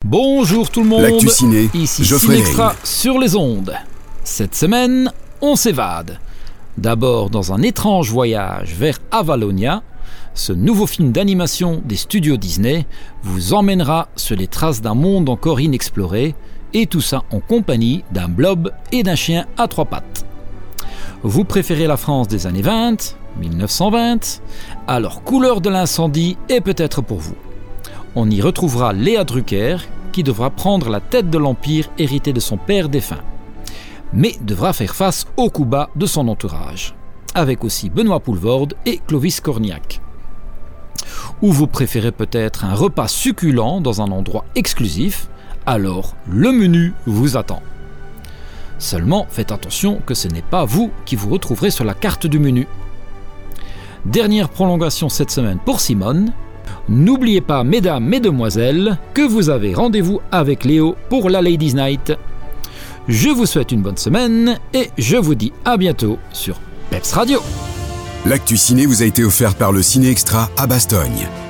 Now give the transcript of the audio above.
Bonjour tout le monde, L'actu ciné, ici Geoffrey Cinextra Lane. sur les ondes. Cette semaine, on s'évade. D'abord dans un étrange voyage vers Avalonia, ce nouveau film d'animation des studios Disney vous emmènera sur les traces d'un monde encore inexploré, et tout ça en compagnie d'un blob et d'un chien à trois pattes. Vous préférez la France des années 20, 1920 ? Alors Couleur de l'incendie est peut-être pour vous. On y retrouvera Léa Drucker, qui devra prendre la tête de l'Empire hérité de son père défunt, mais devra faire face aux coups bas de son entourage, avec aussi Benoît Poelvoorde et Clovis Cornillac. Ou vous préférez peut-être un repas succulent dans un endroit exclusif, alors le menu vous attend. Seulement faites attention que ce n'est pas vous qui vous retrouverez sur la carte du menu. Dernière prolongation cette semaine pour Simone. N'oubliez pas, mesdames, mesdemoiselles, que vous avez rendez-vous avec Léo pour la Ladies Night. Je vous souhaite une bonne semaine et je vous dis à bientôt sur Peps Radio. L'actu ciné vous a été offert par le Ciné Extra à Bastogne.